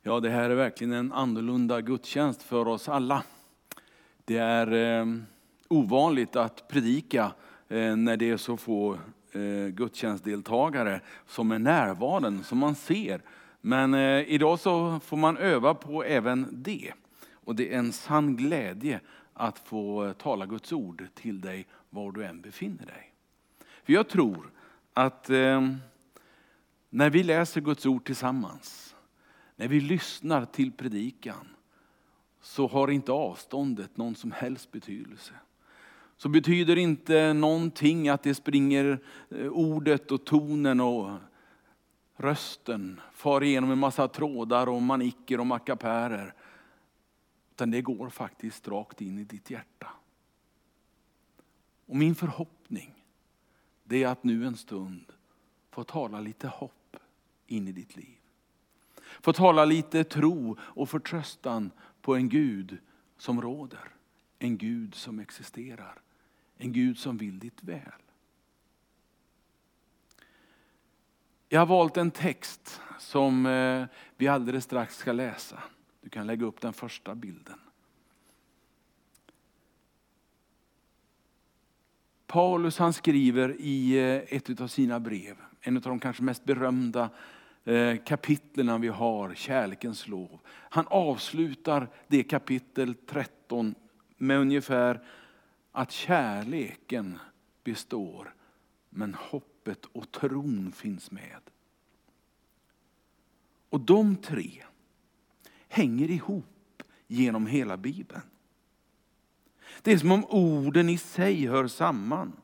Ja, det här är verkligen en annorlunda gudstjänst för oss alla. Det är ovanligt att predika när det är så få gudstjänstdeltagare som är närvarande, som man ser. Men idag så får man öva på även det. Och det är en sann glädje att få tala Guds ord till dig var du än befinner dig. För jag tror att när vi läser Guds ord tillsammans, när vi lyssnar till predikan, så har inte avståndet någon som helst betydelse. Så betyder inte någonting att det springer ordet och tonen och rösten far igenom en massa trådar och manicker och mackapärer. Utan det går faktiskt rakt in i ditt hjärta. Och min förhoppning, det är att nu en stund få tala lite hopp in i ditt liv. Få tala lite tro och förtröstan på en Gud som råder. En Gud som existerar. En Gud som vill ditt väl. Jag har valt en text som vi alldeles strax ska läsa. Du kan lägga upp den första bilden. Paulus, han skriver i ett av sina brev, en av de kanske mest berömda kapitlen vi har, kärlekens lov. Han avslutar det kapitel 13 med ungefär att kärleken består, men hoppet och tron finns med. Och de tre hänger ihop genom hela Bibeln. Det är som om orden i sig hör samman.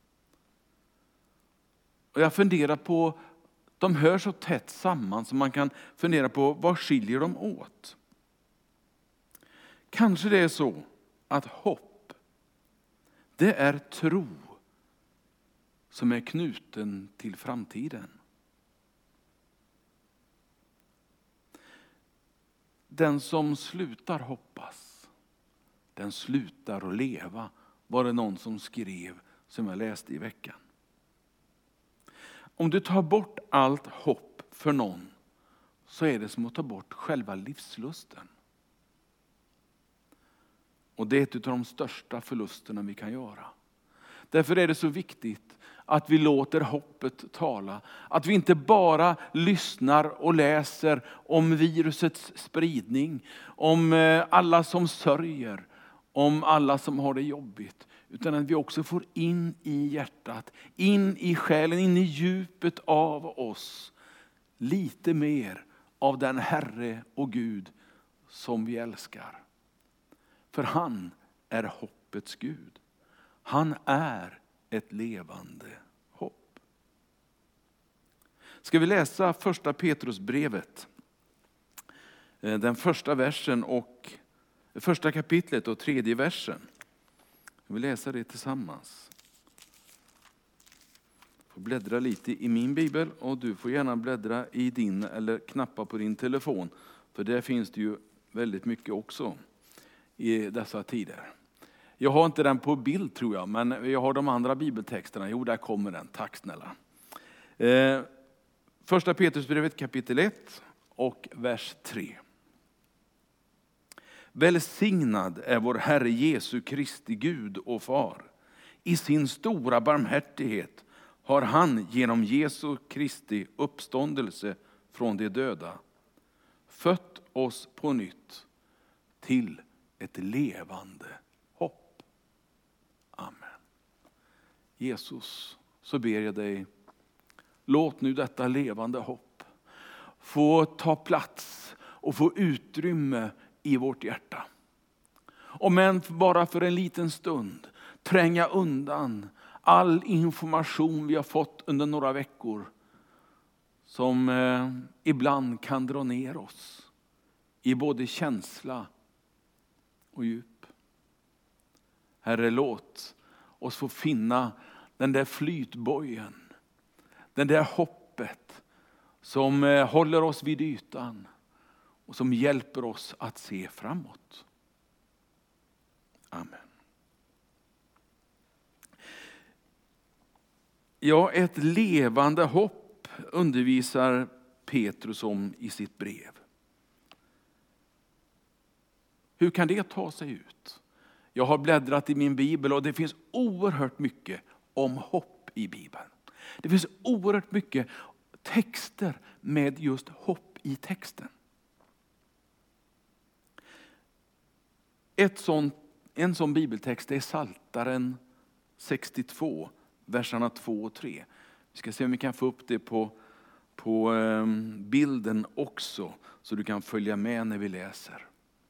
Och jag funderar på, de hör så tätt samman så man kan fundera på vad skiljer de åt. Kanske det är så att hopp, det är tro som är knuten till framtiden. Den som slutar hoppas, den slutar att leva, var det någon som skrev som jag läste i veckan. Om du tar bort allt hopp för någon, så är det som att ta bort själva livslusten. Och det är ett av de största förlusterna vi kan göra. Därför är det så viktigt att vi låter hoppet tala. Att vi inte bara lyssnar och läser om virusets spridning, om alla som sörjer, om alla som har det jobbigt. Utan att vi också får in i hjärtat, in i själen, in i djupet av oss. Lite mer av den Herre och Gud som vi älskar. För han är hoppets Gud. Han är ett levande hopp. Ska vi läsa första Petrusbrevet. Den första versen och första kapitlet och 3:e versen. Vi läser det tillsammans. Jag får bläddra lite i min bibel och du får gärna bläddra i din eller knappa på din telefon. För där finns det ju väldigt mycket också i dessa tider. Jag har inte den på bild tror jag, men jag har de andra bibeltexterna. Jo, där kommer den. Tack snälla. Första Petrusbrevet kapitel 1 och vers 3. Välsignad är vår Herre Jesu Kristi Gud och Far. I sin stora barmhärtighet har han genom Jesu Kristi uppståndelse från de döda fött oss på nytt till ett levande hopp. Amen. Jesus, så ber jag dig, låt nu detta levande hopp få ta plats och få utrymme i vårt hjärta. Och men bara för en liten stund tränga undan all information vi har fått under några veckor som ibland kan dra ner oss i både känsla och djup. Herre, låt oss få finna den där flytbojen, den där hoppet som håller oss vid ytan och som hjälper oss att se framåt. Amen. Ja, ett levande hopp undervisar Petrus om i sitt brev. Hur kan det ta sig ut? Jag har bläddrat i min bibel och det finns oerhört mycket om hopp i Bibeln. Det finns oerhört mycket texter med just hopp i texten. En sån bibeltext är Psaltaren 62, verserna 2 och 3. Vi ska se om vi kan få upp det på bilden också, så du kan följa med när vi läser.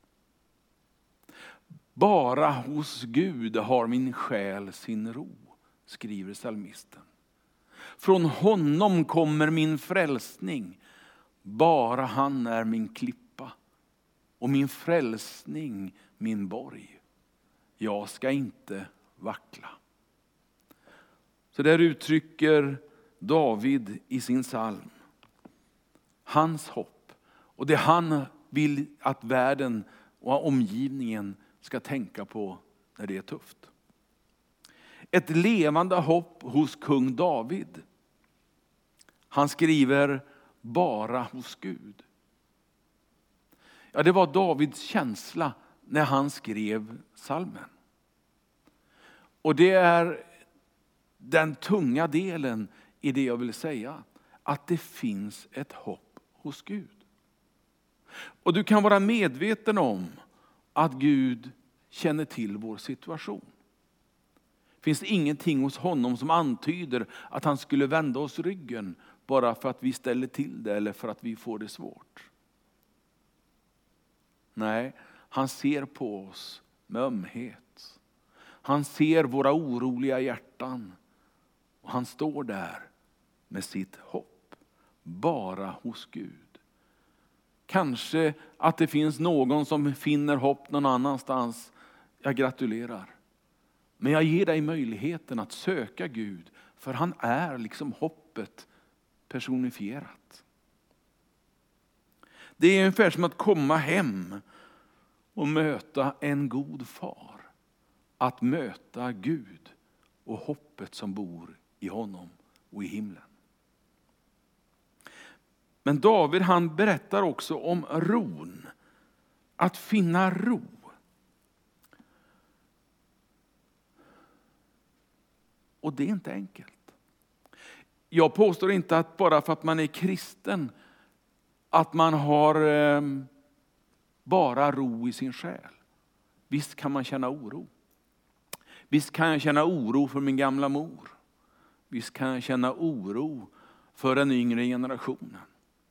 Bara hos Gud har min själ sin ro, skriver psalmisten. Från honom kommer min frälsning. Bara han är min klippa och min frälsning min borg. Jag ska inte vackla. Så där uttrycker David i sin psalm hans hopp. Och det han vill att världen och omgivningen ska tänka på när det är tufft. Ett levande hopp hos kung David. Han skriver bara hos Gud. Ja, det var Davids känsla när han skrev psalmen. Och det är den tunga delen i det jag vill säga. Att det finns ett hopp hos Gud. Och du kan vara medveten om att Gud känner till vår situation. Finns det ingenting hos honom som antyder att han skulle vända oss ryggen bara för att vi ställer till det eller för att vi får det svårt. Nej, han ser på oss med ömhet. Han ser våra oroliga hjärtan. Och han står där med sitt hopp. Bara hos Gud. Kanske att det finns någon som finner hopp någon annanstans. Jag gratulerar. Men jag ger dig möjligheten att söka Gud. För han är liksom hoppet personifierat. Det är ungefär som att komma hem och möta en god far. Att möta Gud och hoppet som bor i honom och i himlen. Men David, han berättar också om ron. Att finna ro. Och det är inte enkelt. Jag påstår inte att bara för att man är kristen att man har bara ro i sin själ. Visst kan man känna oro. Visst kan jag känna oro för min gamla mor. Visst kan jag känna oro för den yngre generationen.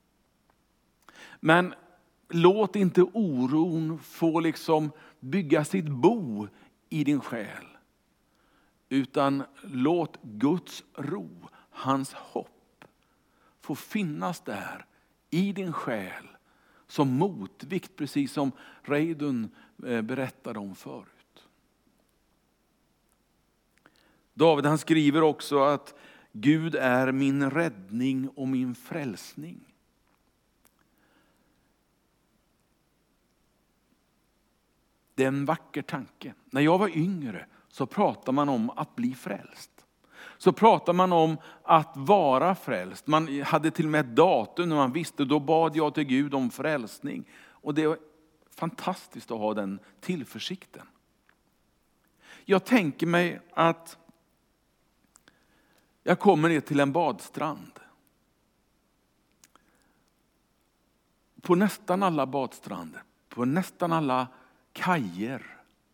Men låt inte oron få liksom bygga sitt bo i din själ. Utan låt Guds ro, hans hopp, få finnas där i din själ. Som motvikt, precis som Reidun berättade om förut. David, han skriver också att Gud är min räddning och min frälsning. Det är en vacker tanke. När jag var yngre så pratade man om att bli frälst. Så pratar man om att vara frälst. Man hade till och med ett datum när man visste, då bad jag till Gud om frälsning. Och det är fantastiskt att ha den tillförsikten. Jag tänker mig att jag kommer ner till en badstrand. På nästan alla badstränder, på nästan alla kajer,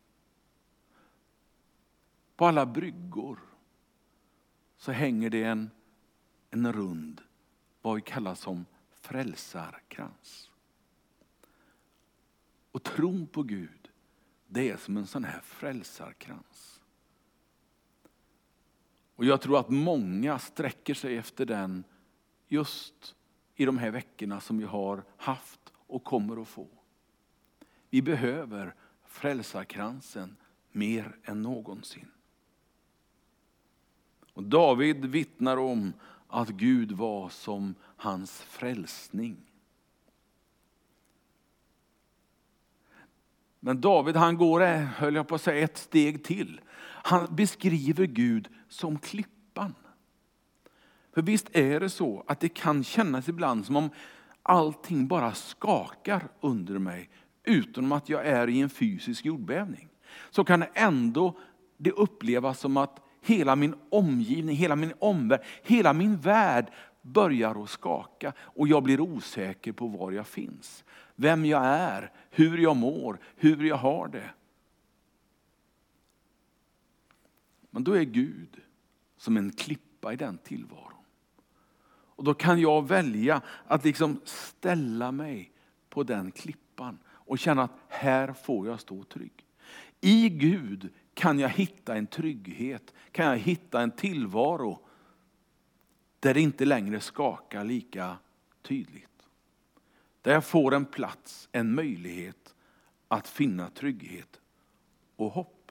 på alla bryggor så hänger det en rund, vad vi kallar som frälsarkrans. Och tron på Gud, det är som en sån här frälsarkrans. Och jag tror att många sträcker sig efter den just i de här veckorna som vi har haft och kommer att få. Vi behöver frälsarkransen mer än någonsin. Och David vittnar om att Gud var som hans frälsning. Men David, han går, höll jag på att säga, ett steg till. Han beskriver Gud som klippan. För visst är det så att det kan kännas ibland som om allting bara skakar under mig. utom att jag är i en fysisk jordbävning, så kan det ändå det upplevas som att hela min omgivning, hela min omvärld, hela min värld börjar att skaka och jag blir osäker på var jag finns. Vem jag är, hur jag mår, hur jag har det. Men då är Gud som en klippa i den tillvaron. Och då kan jag välja att liksom ställa mig på den klippan och känna att här får jag stå trygg. I Gud kan jag hitta en trygghet, kan jag hitta en tillvaro där det inte längre skakar lika tydligt. Där jag får en plats, en möjlighet att finna trygghet och hopp.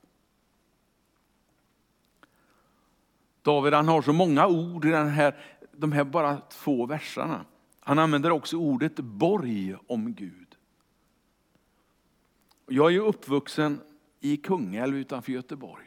David, han har så många ord i de här bara 2 verserna. Han använder också ordet borg om Gud. Jag är ju uppvuxen i Kungälv utanför Göteborg.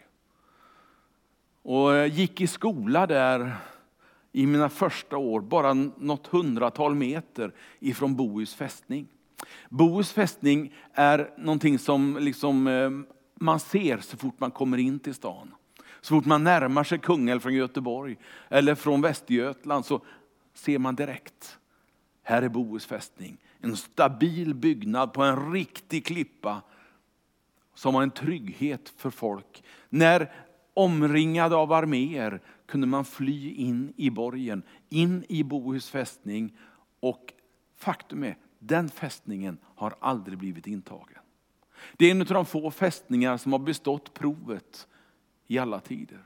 Och gick i skola där i mina första år, bara något 100-tal meter ifrån Bohus fästning. Bohus fästning är någonting som liksom man ser så fort man kommer in till stan. Så fort man närmar sig Kungälv från Göteborg eller från Västergötland så ser man direkt. Här är Bohus fästning. En stabil byggnad på en riktig klippa som har en trygghet för folk. När omringad av arméer kunde man fly in i borgen, in i Bohus fästning, och faktum är, den fästningen har aldrig blivit intagen. Det är en av de få fästningar som har bestått provet i alla tider.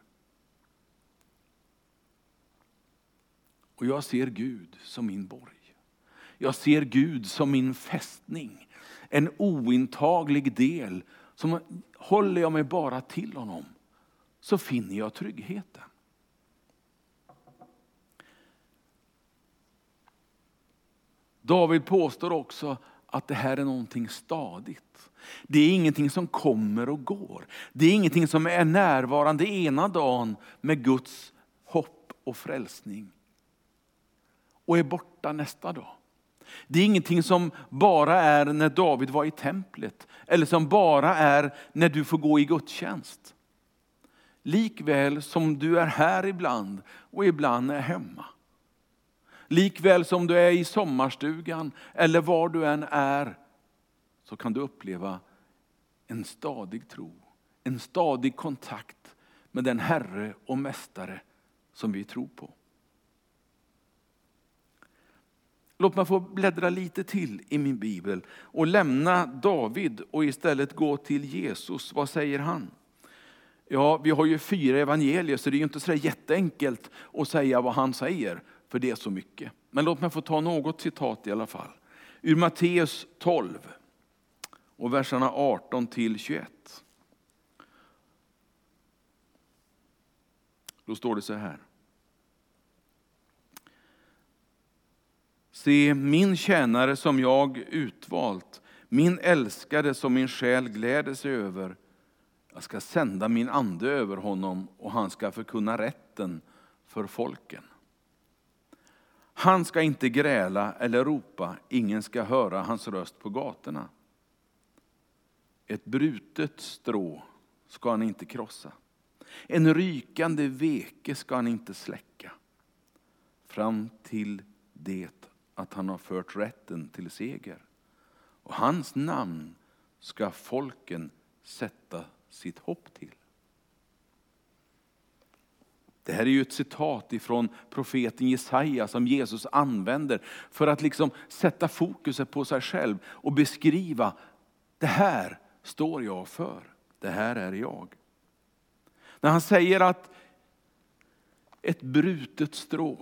Och jag ser Gud som min borg. Jag ser Gud som min fästning. En ointaglig del som håller jag mig bara till honom så finner jag tryggheten. David påstår också att det här är någonting stadigt. Det är ingenting som kommer och går. Det är ingenting som är närvarande ena dagen med Guds hopp och frälsning och är borta nästa dag. Det är ingenting som bara är när David var i templet eller som bara är när du får gå i gudstjänst. Likväl som du är här ibland och ibland är hemma. Likväl som du är i sommarstugan eller var du än är, så kan du uppleva en stadig tro. En stadig kontakt med den Herre och Mästare som vi tror på. Låt mig få bläddra lite till i min bibel och lämna David och istället gå till Jesus. Vad säger han? Ja, vi har ju 4 evangelier så det är ju inte så jätteenkelt att säga vad han säger. För det är så mycket. Men låt mig få ta något citat i alla fall. Ur Matteus 12 och verserna 18 till 21. Då står det så här. Se, min tjänare som jag utvalt, min älskade som min själ gläder sig över. Jag ska sända min ande över honom och han ska förkunna rätten för folken. Han ska inte gräla eller ropa, ingen ska höra hans röst på gatorna. Ett brutet strå ska han inte krossa. En rykande veke ska han inte släcka. Fram till det att han har fört rätten till seger. Och hans namn ska folken sätta sitt hopp till. Det här är ju ett citat ifrån profeten Jesaja som Jesus använder för att liksom sätta fokuset på sig själv och beskriva: det här står jag för, det här är jag. När han säger att ett brutet strå,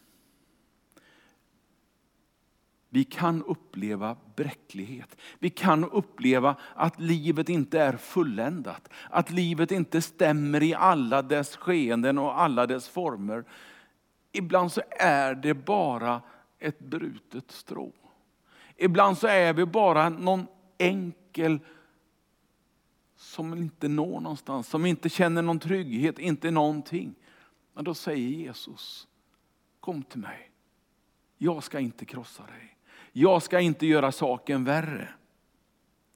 vi kan uppleva bräcklighet. Vi kan uppleva att livet inte är fulländat. Att livet inte stämmer i alla dess skeenden och alla dess former. Ibland så är det bara ett brutet strå. Ibland så är vi bara någon enkel som inte når någonstans. Som inte känner någon trygghet, inte någonting. Men då säger Jesus: kom till mig. Jag ska inte krossa dig. Jag ska inte göra saken värre.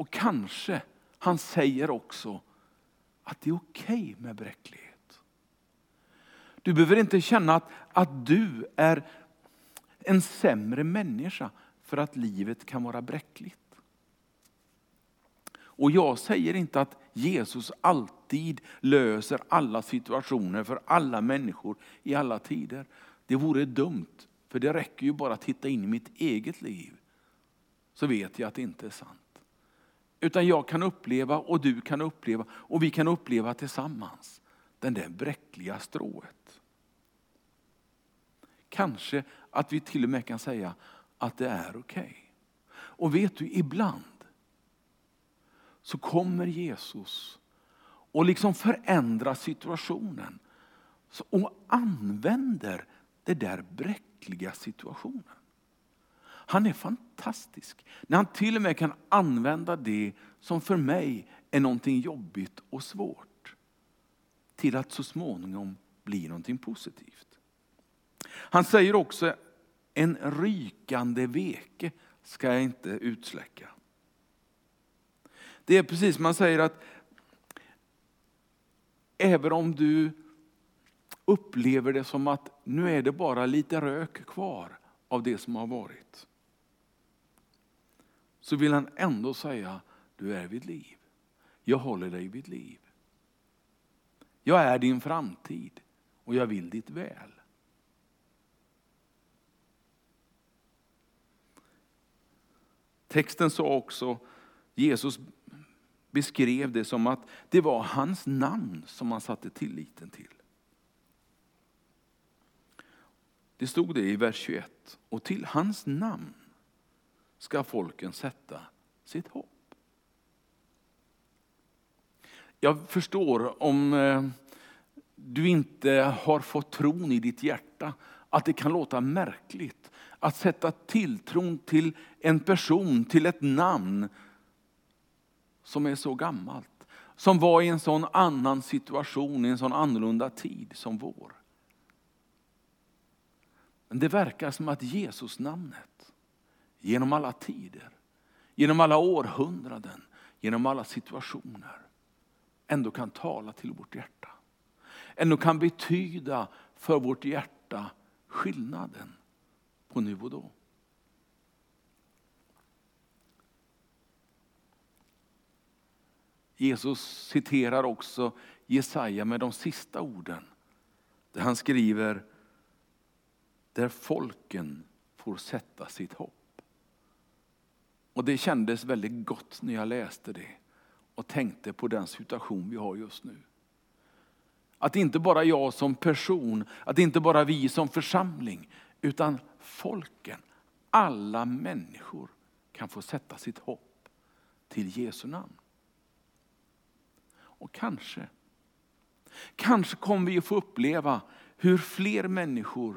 Och kanske han säger också att det är okej med bräcklighet. Du behöver inte känna att du är en sämre människa för att livet kan vara bräckligt. Och jag säger inte att Jesus alltid löser alla situationer för alla människor i alla tider. Det vore dumt, för det räcker ju bara att titta in i mitt eget liv. Så vet jag att det inte är sant. Utan jag kan uppleva och du kan uppleva och vi kan uppleva tillsammans den där bräckliga strået. Kanske att vi till och med kan säga att det är okej. Och vet du, ibland så kommer Jesus och liksom förändrar situationen och använder det där bräckliga situationen. Han är fantastisk när han till och med kan använda det som för mig är någonting jobbigt och svårt till att så småningom bli någonting positivt. Han säger också, en rykande veke ska jag inte utsläcka. Det är precis som man säger att även om du upplever det som att nu är det bara lite rök kvar av det som har varit, så vill han ändå säga, du är vid liv. Jag håller dig vid liv. Jag är din framtid och jag vill ditt väl. Texten sa också, Jesus beskrev det som att det var hans namn som han satte tilliten till. Det stod det i vers 21. Och till hans namn ska folken sätta sitt hopp. Jag förstår om du inte har fått tron i ditt hjärta att det kan låta märkligt att sätta tilltron till en person, till ett namn som är så gammalt. Som var i en sån annan situation, i en sån annorlunda tid som vår. Men det verkar som att Jesus namnet genom alla tider, genom alla århundraden, genom alla situationer ändå kan tala till vårt hjärta. Ändå kan betyda för vårt hjärta skillnaden på nu och då. Jesus citerar också Jesaja med de sista orden. Där han skriver, där folken får sätta sitt hopp. Och det kändes väldigt gott när jag läste det. Och tänkte på den situation vi har just nu. Att inte bara jag som person, att inte bara vi som församling, utan folken, alla människor kan få sätta sitt hopp till Jesu namn. Och kanske kommer vi att få uppleva hur fler människor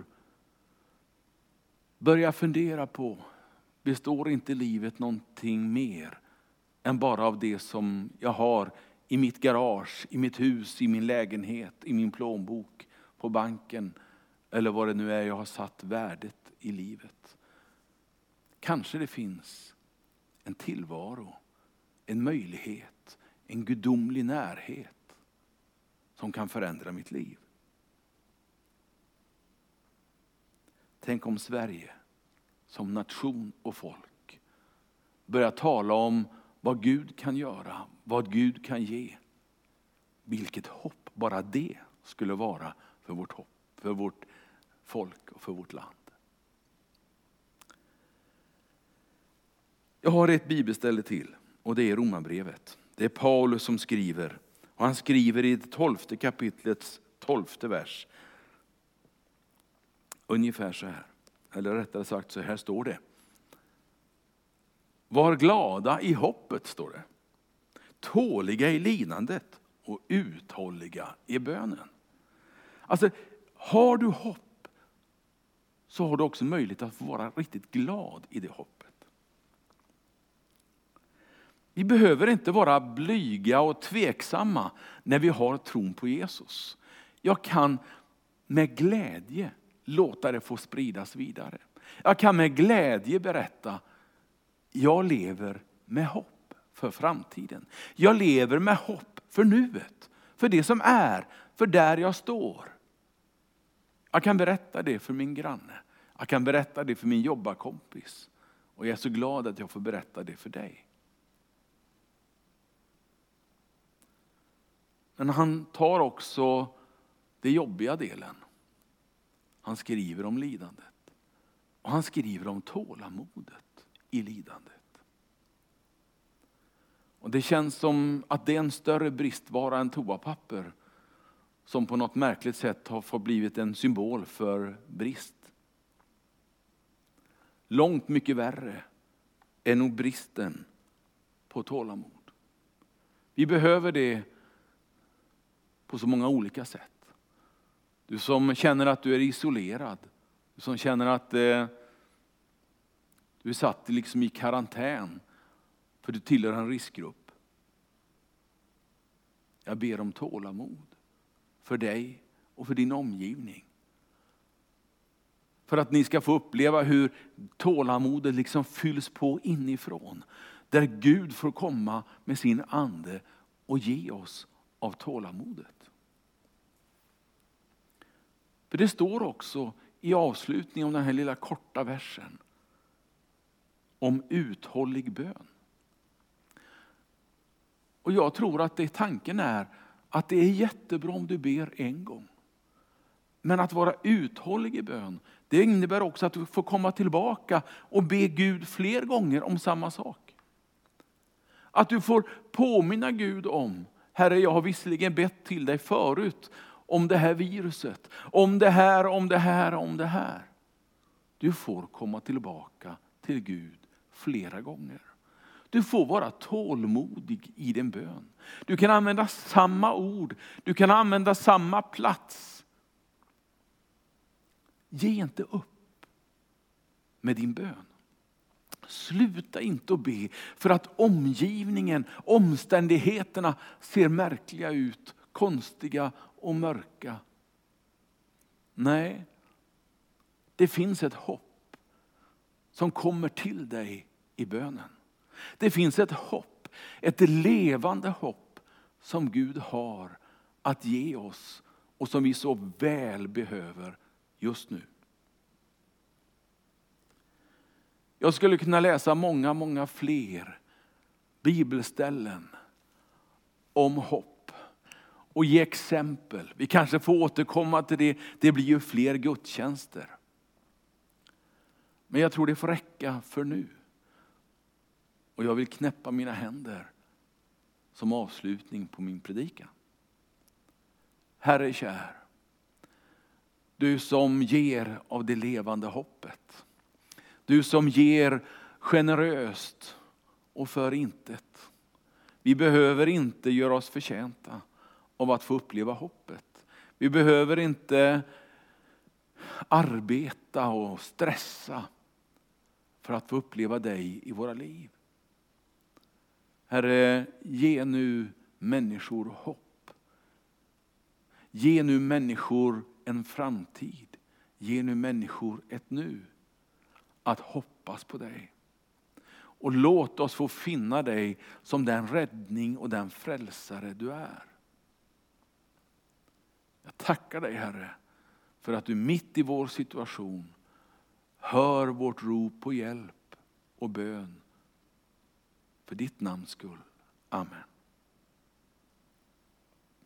börjar fundera på, består inte livet någonting mer än bara av det som jag har i mitt garage, i mitt hus, i min lägenhet, i min plånbok, på banken eller vad det nu är jag har satt värdet i livet. Kanske det finns en tillvaro, en möjlighet, en gudomlig närhet som kan förändra mitt liv. Tänk om Sverige som nation och folk börjar tala om vad Gud kan göra, vad Gud kan ge. Vilket hopp bara det skulle vara för vårt hopp, för vårt folk och för vårt land. Jag har ett bibelställe till och det är Romarbrevet. Det är Paulus som skriver och han skriver i det 12:e kapitlets 12:e vers. Ungefär så här, eller rättare sagt så här står det. Var glada i hoppet, står det. Tåliga i lidandet och uthålliga i bönen. Alltså, har du hopp så har du också möjlighet att få vara riktigt glad i det hoppet. Vi behöver inte vara blyga och tveksamma när vi har tron på Jesus. Jag kan med glädje låta det få spridas vidare. Jag kan med glädje berätta, jag lever med hopp för framtiden. Jag lever med hopp för nuet, för det som är, för där jag står. Jag kan berätta det för min granne. Jag kan berätta det för min jobbarkompis. Och jag är så glad att jag får berätta det för dig. Men han tar också den jobbiga delen. Han skriver om lidandet. Och han skriver om tålamodet i lidandet. Och det känns som att det är en större bristvara än toapapper. Som på något märkligt sätt har fått blivit en symbol för brist. Långt mycket värre är nog bristen på tålamod. Vi behöver det på så många olika sätt. Du som känner att du är isolerad. Du som känner att du är satt liksom i karantän för du tillhör en riskgrupp. Jag ber om tålamod för dig och för din omgivning. För att ni ska få uppleva hur tålamodet liksom fylls på inifrån. Där Gud får komma med sin ande och ge oss av tålamodet. För det står också i avslutningen om den här lilla korta versen om uthållig bön. Och jag tror att tanken är att det är jättebra om du ber en gång. Men att vara uthållig i bön, det innebär också att du får komma tillbaka och be Gud fler gånger om samma sak. Att du får påminna Gud om, Herre, jag har visserligen bett till dig förut om det här viruset, om det här, om det här, om det här. Du får komma tillbaka till Gud flera gånger. Du får vara tålmodig i din bön. Du kan använda samma ord, du kan använda samma plats. Ge inte upp med din bön. Sluta inte att be för att omgivningen, omständigheterna ser märkliga ut, konstiga och mörka. Nej, det finns ett hopp som kommer till dig i bönen. Det finns ett hopp, ett levande hopp som Gud har att ge oss och som vi så väl behöver just nu. Jag skulle kunna läsa många fler bibelställen om hopp och ge exempel. Vi kanske får återkomma till det. Det blir ju fler gudstjänster. Men jag tror det får räcka för nu. Och jag vill knäppa mina händer som avslutning på min predikan. Herre kär, du som ger av det levande hoppet. Du som ger generöst och för intet. Vi behöver inte göra oss förtjänta av att få uppleva hoppet. Vi behöver inte arbeta och stressa för att få uppleva dig i våra liv. Herre, ge nu människor hopp. Ge nu människor en framtid. Ge nu människor ett nu. Att hoppas på dig. Och låt oss få finna dig som den räddning och den frälsare du är. Jag tackar dig, Herre, för att du mitt i vår situation hör vårt rop på hjälp och bön. För ditt namns skull. Amen.